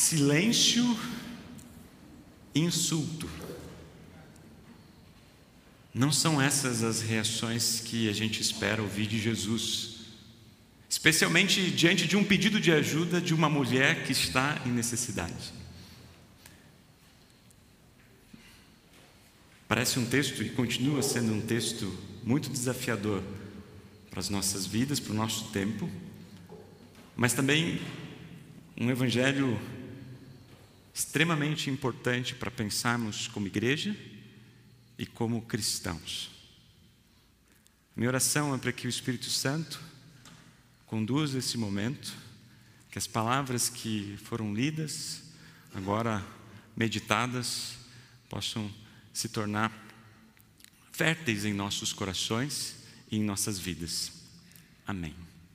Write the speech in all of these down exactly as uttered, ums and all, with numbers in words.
Silêncio e insulto. Não são essas as reações que a gente espera ouvir de Jesus, especialmente diante de um pedido de ajuda de uma mulher que está em necessidade. Parece um texto, e continua sendo um texto muito desafiador para as nossas vidas, para o nosso tempo, mas também um evangelho extremamente importante para pensarmos como igreja e como cristãos. Minha oração é para que o Espírito Santo conduza esse momento, que as palavras que foram lidas, agora meditadas, possam se tornar férteis em nossos corações e em nossas vidas. Amém.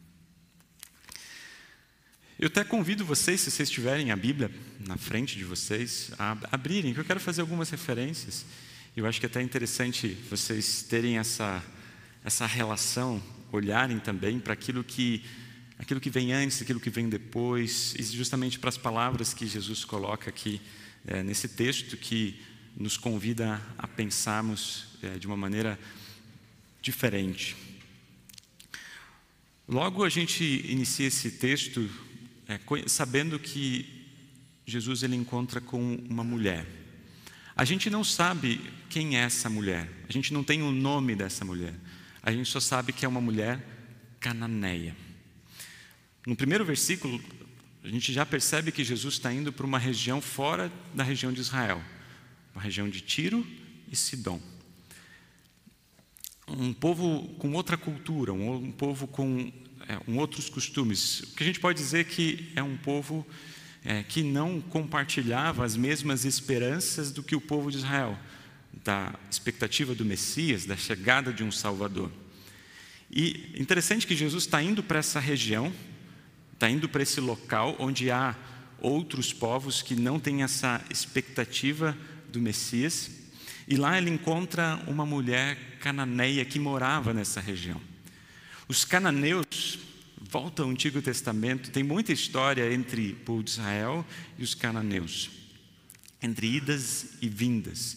Eu até convido vocês, se vocês tiverem a Bíblia na frente de vocês, a abrirem, que eu quero fazer algumas referências. Eu acho que é até interessante vocês terem essa, essa relação, olharem também para aquilo que, aquilo que vem antes, aquilo que vem depois, e justamente para as palavras que Jesus coloca aqui é, nesse texto, que nos convida a pensarmos é, de uma maneira diferente. Logo a gente inicia esse texto é, sabendo que Jesus ele encontra com uma mulher. A gente não sabe quem é essa mulher, a gente não tem o nome dessa mulher, a gente só sabe que é uma mulher cananeia. No primeiro versículo, a gente já percebe que Jesus está indo para uma região fora da região de Israel, uma região de Tiro e Sidom. Um povo com outra cultura, um, um povo com é, um outros costumes. O que a gente pode dizer é que é um povo é, que não compartilhava as mesmas esperanças do que o povo de Israel, da expectativa do Messias, da chegada de um Salvador. E interessante que Jesus está indo para essa região, está indo para esse local onde há outros povos que não têm essa expectativa do Messias, e lá ele encontra uma mulher cananeia que morava nessa região. Os cananeus, volta ao Antigo Testamento, tem muita história entre o povo de Israel e os cananeus, entre idas e vindas.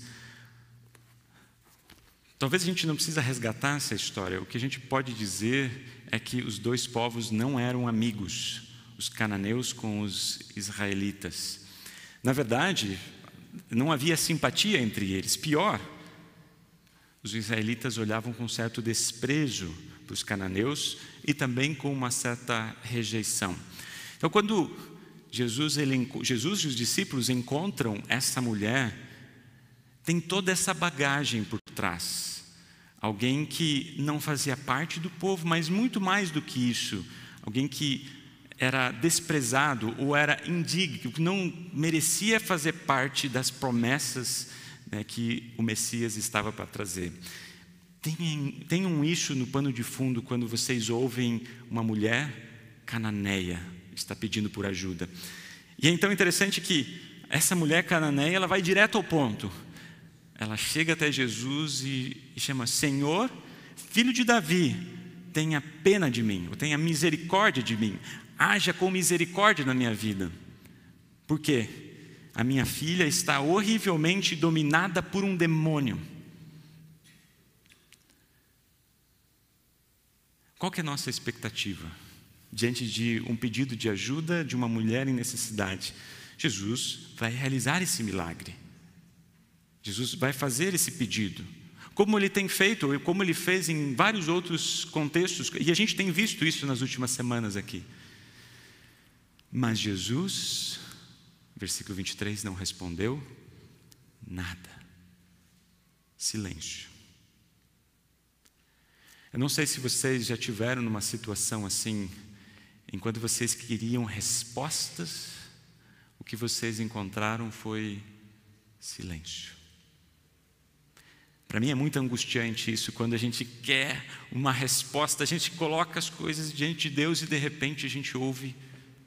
Talvez a gente não precisa resgatar essa história, o que a gente pode dizer é que os dois povos não eram amigos, os cananeus com os israelitas. Na verdade, não havia simpatia entre eles. Pior, os israelitas olhavam com certo desprezo para os cananeus e também com uma certa rejeição. Então, quando Jesus, ele, Jesus e os discípulos encontram essa mulher, tem toda essa bagagem por trás. Alguém que não fazia parte do povo, mas muito mais do que isso. Alguém que era desprezado ou era indigno, que não merecia fazer parte das promessas, né, que o Messias estava para trazer. Tem, tem um isso no pano de fundo quando vocês ouvem uma mulher cananeia está pedindo por ajuda. E é então interessante que essa mulher cananeia, ela vai direto ao ponto. Ela chega até Jesus e, e chama: Senhor, filho de Davi, tenha pena de mim, ou tenha misericórdia de mim. Haja com misericórdia na minha vida. Por quê? A minha filha está horrivelmente dominada por um demônio. Qual que é a nossa expectativa diante de um pedido de ajuda de uma mulher em necessidade? Jesus vai realizar esse milagre. Jesus vai fazer esse pedido, como ele tem feito, ou como ele fez em vários outros contextos, e a gente tem visto isso nas últimas semanas aqui. Mas Jesus, versículo vinte e três, não respondeu nada. Silêncio. Eu não sei se vocês já tiveram numa situação assim, enquanto vocês queriam respostas, o que vocês encontraram foi silêncio. Para mim é muito angustiante isso, quando a gente quer uma resposta, a gente coloca as coisas diante de Deus e de repente a gente ouve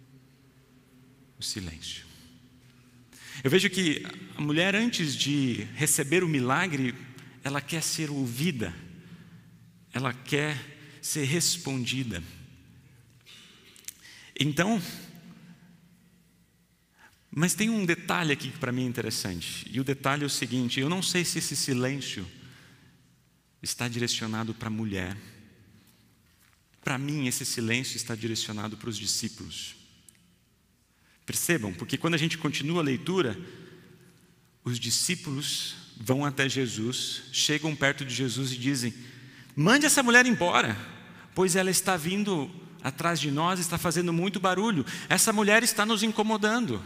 o silêncio. Eu vejo que a mulher, antes de receber o milagre, ela quer ser ouvida, ela quer ser respondida. Então, Mas tem um detalhe aqui que para mim é interessante. E o detalhe é o seguinte: eu não sei se esse silêncio está direcionado para a mulher. Para mim, esse silêncio está direcionado para os discípulos. Percebam, porque quando a gente continua a leitura, os discípulos vão até Jesus, chegam perto de Jesus e dizem: mande essa mulher embora, pois ela está vindo atrás de nós, está fazendo muito barulho. Essa mulher está nos incomodando.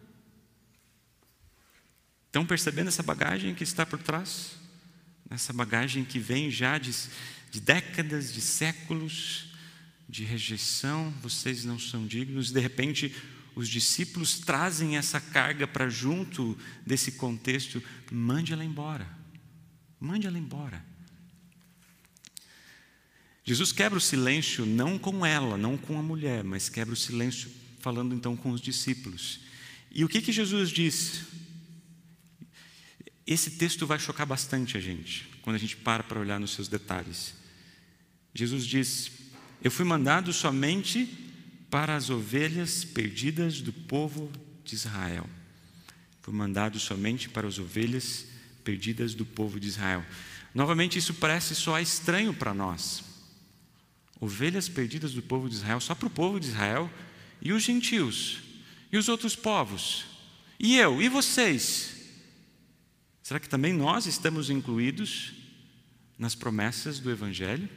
Estão percebendo essa bagagem que está por trás? Essa bagagem que vem já de, de décadas, de séculos, de rejeição. Vocês não são dignos. De repente, os discípulos trazem essa carga para junto desse contexto. Mande ela embora. Mande ela embora. Jesus quebra o silêncio não com ela, não com a mulher, mas quebra o silêncio falando então com os discípulos. E o que que Jesus diz? Esse texto vai chocar bastante a gente, quando a gente para para olhar nos seus detalhes. Jesus diz: eu fui mandado somente para as ovelhas perdidas do povo de Israel. Fui mandado somente para as ovelhas perdidas do povo de Israel. Novamente, isso parece só estranho para nós. Ovelhas perdidas do povo de Israel, só para o povo de Israel, e os gentios, e os outros povos, e eu, e vocês. Será que também nós estamos incluídos nas promessas do Evangelho?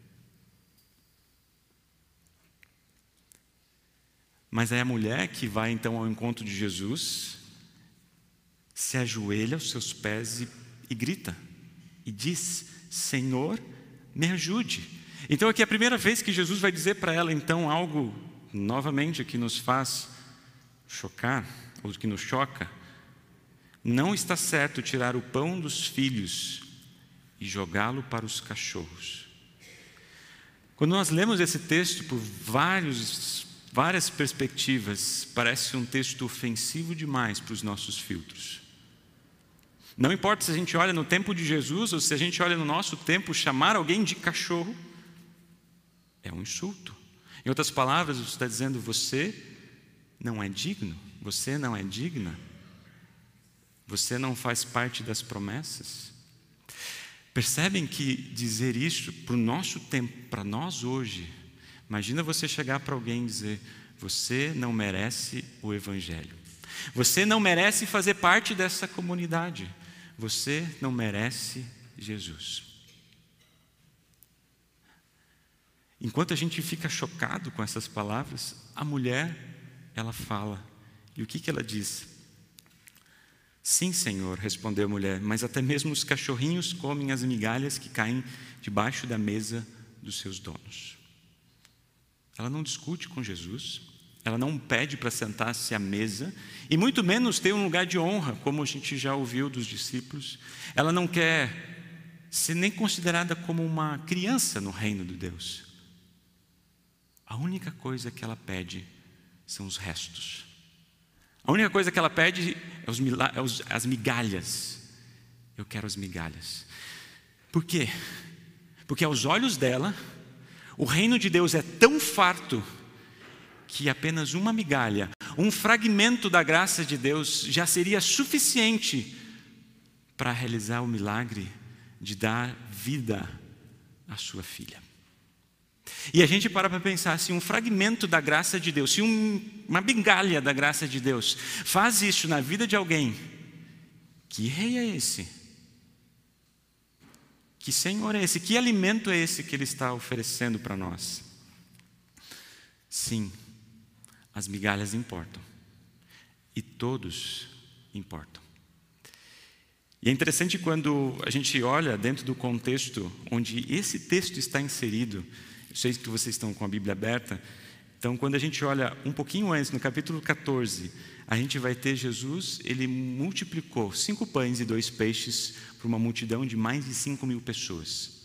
Mas é a mulher que vai então ao encontro de Jesus, se ajoelha aos seus pés e, e grita, e diz: Senhor, me ajude. Então aqui é a primeira vez que Jesus vai dizer para ela então algo, novamente, que nos faz chocar, ou que nos choca. Não está certo tirar o pão dos filhos e jogá-lo para os cachorros. Quando nós lemos esse texto por vários, várias perspectivas, parece um texto ofensivo demais para os nossos filtros. Não importa se a gente olha no tempo de Jesus ou se a gente olha no nosso tempo, chamar alguém de cachorro é um insulto. Em outras palavras, você está dizendo: você não é digno, você não é digna, você não faz parte das promessas. Percebem que dizer isso para o nosso tempo, para nós hoje, imagina você chegar para alguém e dizer: você não merece o Evangelho, você não merece fazer parte dessa comunidade, você não merece Jesus. Enquanto a gente fica chocado com essas palavras, a mulher, ela fala. E o que que ela diz? Sim, Senhor, respondeu a mulher, mas até mesmo os cachorrinhos comem as migalhas que caem debaixo da mesa dos seus donos. Ela não discute com Jesus, ela não pede para sentar-se à mesa, e muito menos ter um lugar de honra, como a gente já ouviu dos discípulos. Ela não quer ser nem considerada como uma criança no reino de Deus. A única coisa que ela pede são os restos. A única coisa que ela pede é, os, é os, as migalhas. Eu quero as migalhas. Por quê? Porque aos olhos dela, o reino de Deus é tão farto que apenas uma migalha, um fragmento da graça de Deus já seria suficiente para realizar o milagre de dar vida à sua filha. E a gente para para pensar, se um fragmento da graça de Deus, se um, uma migalha da graça de Deus faz isso na vida de alguém, que rei é esse? Que Senhor é esse? Que alimento é esse que Ele está oferecendo para nós? Sim, as migalhas importam. E todos importam. E é interessante quando a gente olha dentro do contexto onde esse texto está inserido. Eu sei que vocês estão com a Bíblia aberta. Então, quando a gente olha um pouquinho antes, no capítulo catorze, a gente vai ter Jesus, ele multiplicou cinco pães e dois peixes para uma multidão de mais de cinco mil pessoas.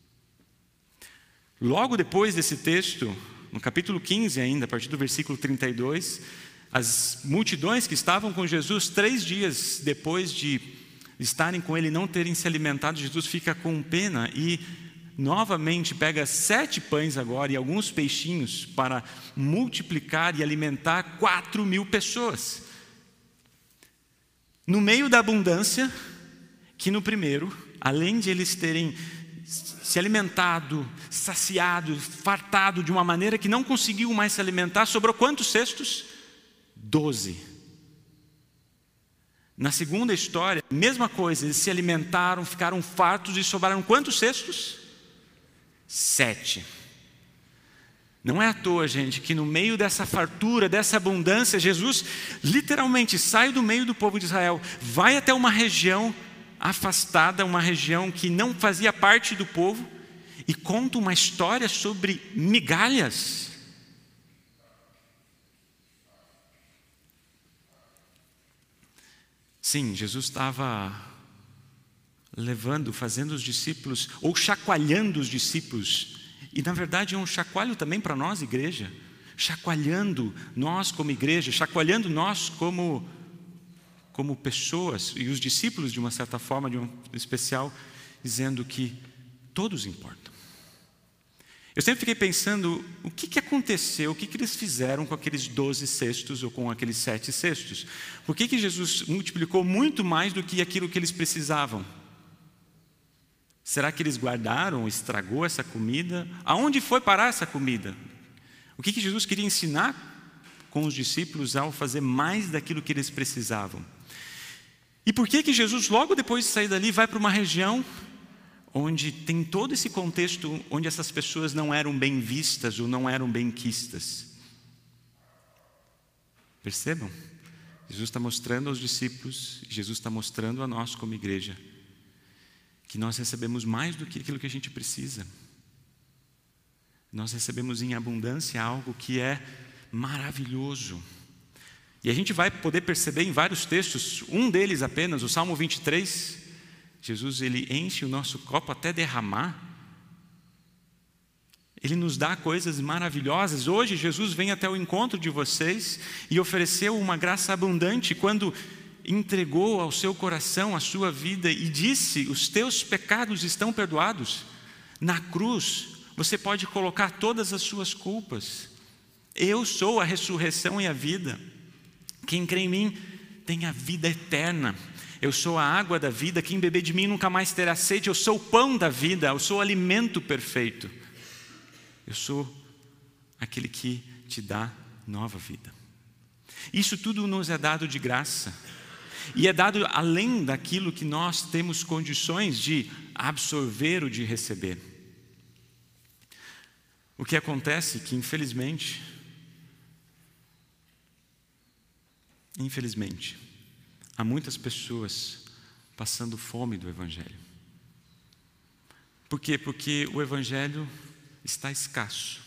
Logo depois desse texto, no capítulo quinze ainda, a partir do versículo trinta e dois, as multidões que estavam com Jesus, três dias depois de estarem com ele, não terem se alimentado, Jesus fica com pena e novamente pega sete pães agora e alguns peixinhos para multiplicar e alimentar quatro mil pessoas. No meio da abundância, que no primeiro, além de eles terem se alimentado, saciado, fartado de uma maneira que não conseguiu mais se alimentar, sobrou quantos cestos? Doze. Na segunda história, mesma coisa, eles se alimentaram, ficaram fartos e sobraram quantos cestos? Sete. Não é à toa, gente, que no meio dessa fartura, dessa abundância, Jesus literalmente sai do meio do povo de Israel, vai até uma região afastada, uma região que não fazia parte do povo, e conta uma história sobre migalhas. Sim, Jesus estava levando, fazendo os discípulos, ou chacoalhando os discípulos, e na verdade é um chacoalho também para nós, igreja, chacoalhando nós como igreja, chacoalhando nós como como pessoas, e os discípulos de uma certa forma, de um especial, dizendo que todos importam. Eu sempre fiquei pensando, o que, que aconteceu, o que, que eles fizeram com aqueles doze cestos, ou com aqueles sete cestos? Por que, que Jesus multiplicou muito mais do que aquilo que eles precisavam? Será que eles guardaram, estragou essa comida? Aonde foi parar essa comida? O que, que Jesus queria ensinar com os discípulos ao fazer mais daquilo que eles precisavam? E por que que Jesus, logo depois de sair dali, vai para uma região onde tem todo esse contexto, onde essas pessoas não eram bem vistas ou não eram bem quistas? Percebam? Jesus está mostrando aos discípulos, Jesus está mostrando a nós como igreja, que nós recebemos mais do que aquilo que a gente precisa. Nós recebemos em abundância algo que é maravilhoso. E a gente vai poder perceber em vários textos, um deles apenas, o Salmo vinte e três, Jesus ele enche o nosso copo até derramar. Ele nos dá coisas maravilhosas. Hoje Jesus vem até o encontro de vocês e ofereceu uma graça abundante quando entregou ao seu coração a sua vida e disse: os teus pecados estão perdoados. Na cruz você pode colocar todas as suas culpas. Eu sou a ressurreição e a vida. Quem crê em mim tem a vida eterna. Eu sou a água da vida. Quem beber de mim nunca mais terá sede. Eu sou o pão da vida. Eu sou o alimento perfeito. Eu sou aquele que te dá nova vida. Isso tudo nos é dado de graça. E é dado além daquilo que nós temos condições de absorver ou de receber. O que acontece é que, infelizmente, infelizmente, há muitas pessoas passando fome do Evangelho. Por quê? Porque o Evangelho está escasso.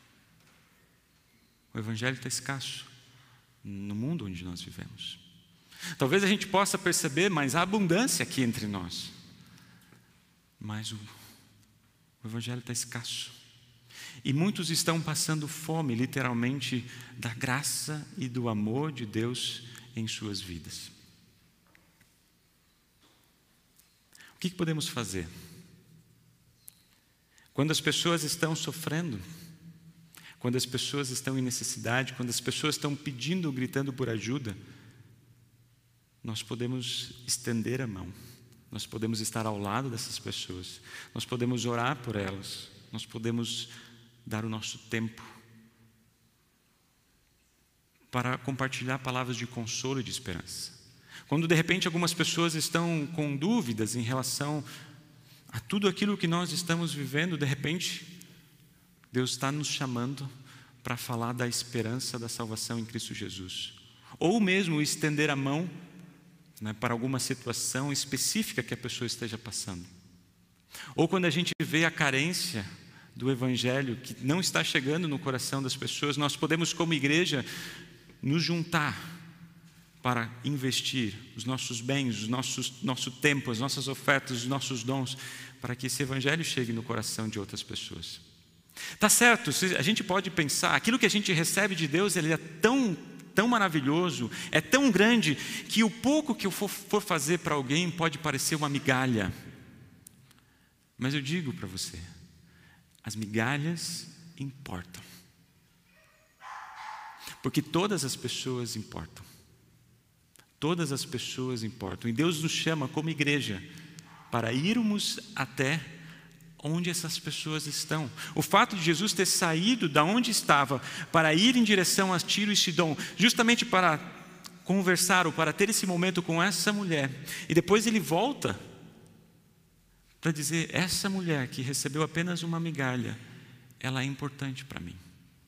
O Evangelho está escasso no mundo onde nós vivemos. Talvez a gente possa perceber mais a abundância aqui entre nós, mas o, o Evangelho está escasso. E muitos estão passando fome, literalmente, da graça e do amor de Deus em suas vidas. O que podemos fazer? Quando as pessoas estão sofrendo, quando as pessoas estão em necessidade, quando as pessoas estão pedindo, gritando por ajuda, nós podemos estender a mão, nós podemos estar ao lado dessas pessoas, nós podemos orar por elas, nós podemos dar o nosso tempo para compartilhar palavras de consolo e de esperança. Quando de repente algumas pessoas estão com dúvidas em relação a tudo aquilo que nós estamos vivendo, de repente Deus está nos chamando para falar da esperança da salvação em Cristo Jesus. Ou mesmo estender a mão, né, para alguma situação específica que a pessoa esteja passando. Ou quando a gente vê a carência do Evangelho que não está chegando no coração das pessoas, nós podemos, como igreja, nos juntar para investir os nossos bens, os nossos, nosso tempo, as nossas ofertas, os nossos dons, para que esse Evangelho chegue no coração de outras pessoas. Tá certo, a gente pode pensar, aquilo que a gente recebe de Deus, ele é tão, tão maravilhoso, é tão grande, que o pouco que eu for, for fazer para alguém pode parecer uma migalha. Mas eu digo para você, as migalhas importam. Porque todas as pessoas importam. Todas as pessoas importam. E Deus nos chama como igreja para irmos até onde essas pessoas estão. O fato de Jesus ter saído da onde estava para ir em direção a Tiro e Sidom, justamente para conversar ou para ter esse momento com essa mulher, e depois ele volta para dizer: essa mulher que recebeu apenas uma migalha, ela é importante para mim.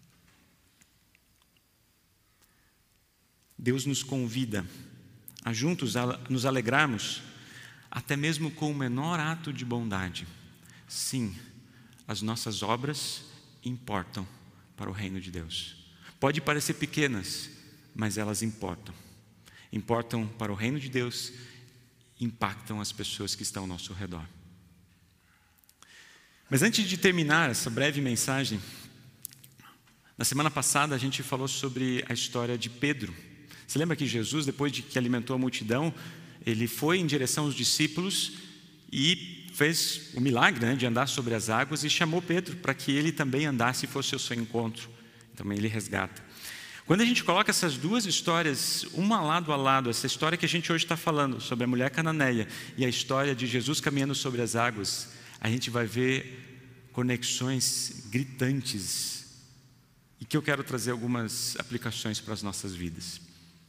Deus nos convida a juntos a nos alegrarmos, até mesmo com o menor ato de bondade. Sim, as nossas obras importam para o reino de Deus. Pode parecer pequenas, mas elas importam. Importam para o reino de Deus, impactam as pessoas que estão ao nosso redor. Mas antes de terminar essa breve mensagem, na semana passada a gente falou sobre a história de Pedro. Você lembra que Jesus, depois de que alimentou a multidão, ele foi em direção aos discípulos e fez o milagre, né, de andar sobre as águas, e chamou Pedro para que ele também andasse e fosse ao seu encontro. Também ele resgata. Quando a gente coloca essas duas histórias, uma lado a lado, essa história que a gente hoje está falando, sobre a mulher cananeia, e a história de Jesus caminhando sobre as águas, a gente vai ver conexões gritantes, e que eu quero trazer algumas aplicações para as nossas vidas.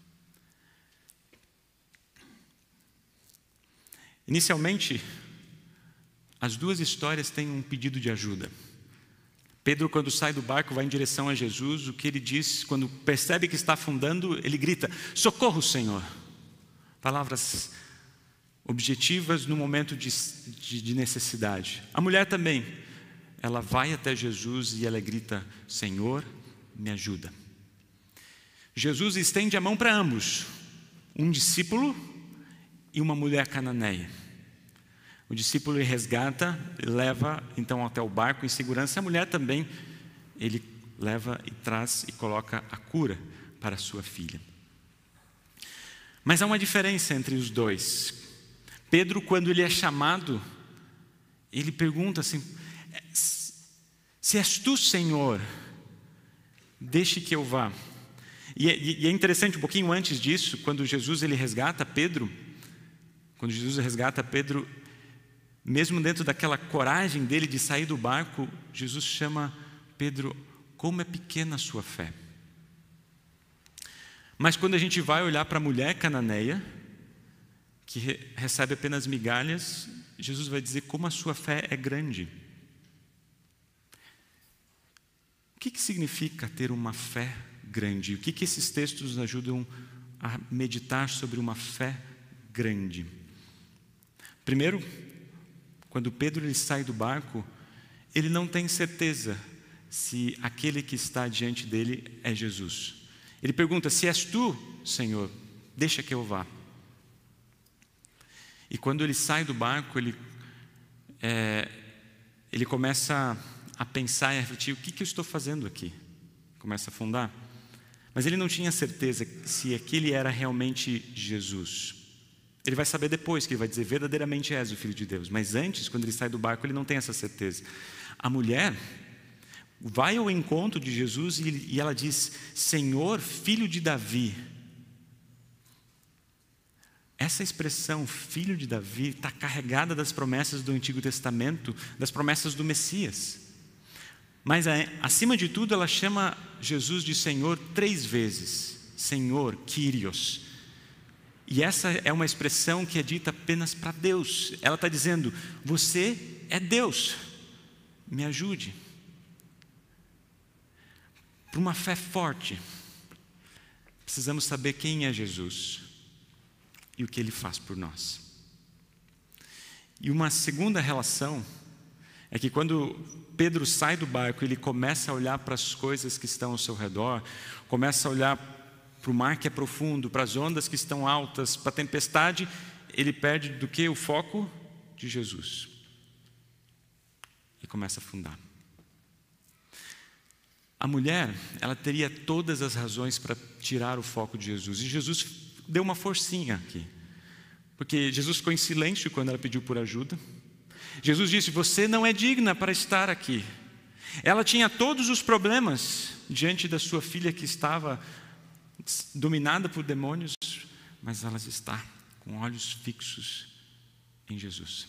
Inicialmente, as duas histórias têm um pedido de ajuda. Pedro, quando sai do barco, vai em direção a Jesus. O que ele diz, quando percebe que está afundando, ele grita: socorro, Senhor. Palavras objetivas no momento de, de, de necessidade. A mulher também, ela vai até Jesus e ela grita: Senhor, me ajuda. Jesus estende a mão para ambos, um discípulo e uma mulher cananeia. O discípulo ele resgata, leva então até o barco em segurança. A mulher também, ele leva e traz e coloca a cura para a sua filha. Mas há uma diferença entre os dois. Pedro, quando ele é chamado, ele pergunta assim: se és tu, Senhor, deixe que eu vá. E é, e é interessante, um pouquinho antes disso, quando Jesus ele resgata Pedro, quando Jesus resgata Pedro, mesmo dentro daquela coragem dele de sair do barco, Jesus chama Pedro: como é pequena a sua fé. Mas quando a gente vai olhar para a mulher cananeia, que re- recebe apenas migalhas, Jesus vai dizer como a sua fé é grande. O que, que significa ter uma fé grande? O que, que esses textos nos ajudam a meditar sobre uma fé grande? Primeiro, quando Pedro ele sai do barco, ele não tem certeza se aquele que está diante dele é Jesus. Ele pergunta: se és tu, Senhor, deixa que eu vá. E quando ele sai do barco, ele, é, ele começa a pensar e a refletir: o que, que eu estou fazendo aqui? Começa a afundar. Mas ele não tinha certeza se aquele era realmente Jesus. Ele vai saber depois, que ele vai dizer: verdadeiramente és o Filho de Deus. Mas antes, quando ele sai do barco, ele não tem essa certeza. A mulher vai ao encontro de Jesus e, e ela diz: Senhor, Filho de Davi. Essa expressão, Filho de Davi, está carregada das promessas do Antigo Testamento, das promessas do Messias. Mas, acima de tudo, ela chama Jesus de Senhor três vezes. Senhor, Kyrios. E essa é uma expressão que é dita apenas para Deus. Ela está dizendo: você é Deus, me ajude. Para uma fé forte, precisamos saber quem é Jesus e o que Ele faz por nós. E uma segunda relação é que quando Pedro sai do barco, ele começa a olhar para as coisas que estão ao seu redor, começa a olhar para o mar que é profundo, para as ondas que estão altas, para a tempestade, ele perde do que? O foco de Jesus. E começa a afundar. A mulher, ela teria todas as razões para tirar o foco de Jesus. E Jesus deu uma forcinha aqui. Porque Jesus ficou em silêncio quando ela pediu por ajuda. Jesus disse: você não é digna para estar aqui. Ela tinha todos os problemas diante da sua filha que estava dominada por demônios, mas elas estão com olhos fixos em Jesus.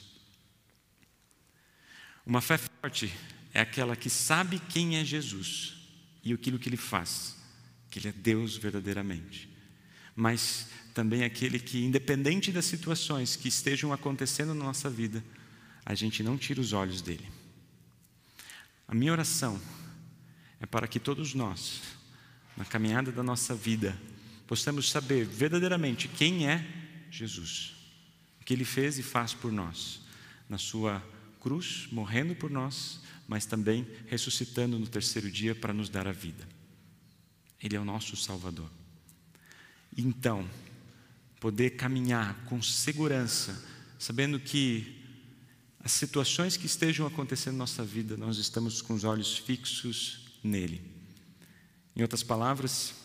Uma fé forte é aquela que sabe quem é Jesus e aquilo que Ele faz, que Ele é Deus verdadeiramente. Mas também aquele que, independente das situações que estejam acontecendo na nossa vida, a gente não tira os olhos dele. A minha oração é para que todos nós, na caminhada da nossa vida, possamos saber verdadeiramente quem é Jesus, o que Ele fez e faz por nós, na sua cruz, morrendo por nós, mas também ressuscitando no terceiro dia para nos dar a vida. Ele é o nosso Salvador. Então, poder caminhar com segurança, sabendo que as situações que estejam acontecendo na nossa vida, nós estamos com os olhos fixos nele. Em outras palavras,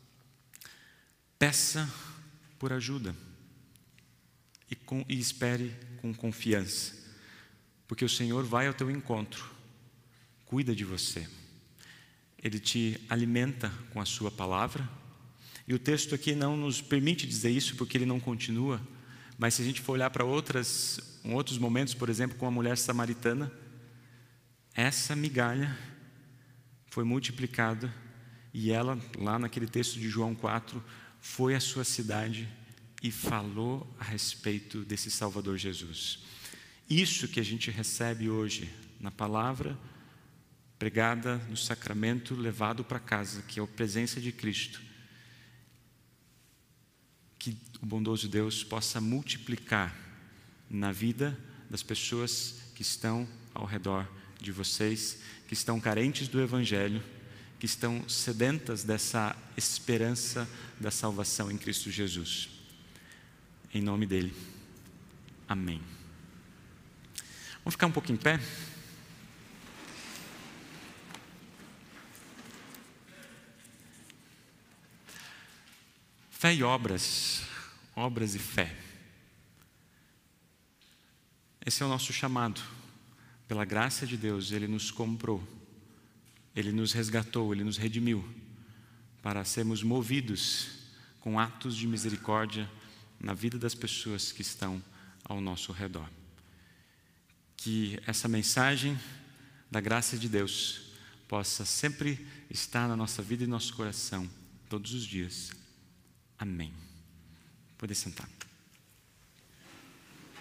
peça por ajuda e, com, e espere com confiança, porque o Senhor vai ao teu encontro, cuida de você, Ele te alimenta com a sua palavra. E o texto aqui não nos permite dizer isso porque ele não continua, mas se a gente for olhar para outras, outros momentos, por exemplo, com a mulher samaritana, essa migalha foi multiplicada e ela, lá naquele texto de João quatro, foi à sua cidade e falou a respeito desse Salvador Jesus. Isso que a gente recebe hoje na palavra pregada no sacramento levado para casa, que é a presença de Cristo, que o bondoso Deus possa multiplicar na vida das pessoas que estão ao redor de vocês, que estão carentes do Evangelho, que estão sedentas dessa esperança da salvação em Cristo Jesus. Em nome dele, amém. Vamos ficar um pouco em pé? Fé e obras, obras e fé. Esse é o nosso chamado. Pela graça de Deus, Ele nos comprou, Ele nos resgatou, Ele nos redimiu, para sermos movidos com atos de misericórdia na vida das pessoas que estão ao nosso redor. Que essa mensagem da graça de Deus possa sempre estar na nossa vida e no nosso coração, todos os dias. Amém. Pode sentar.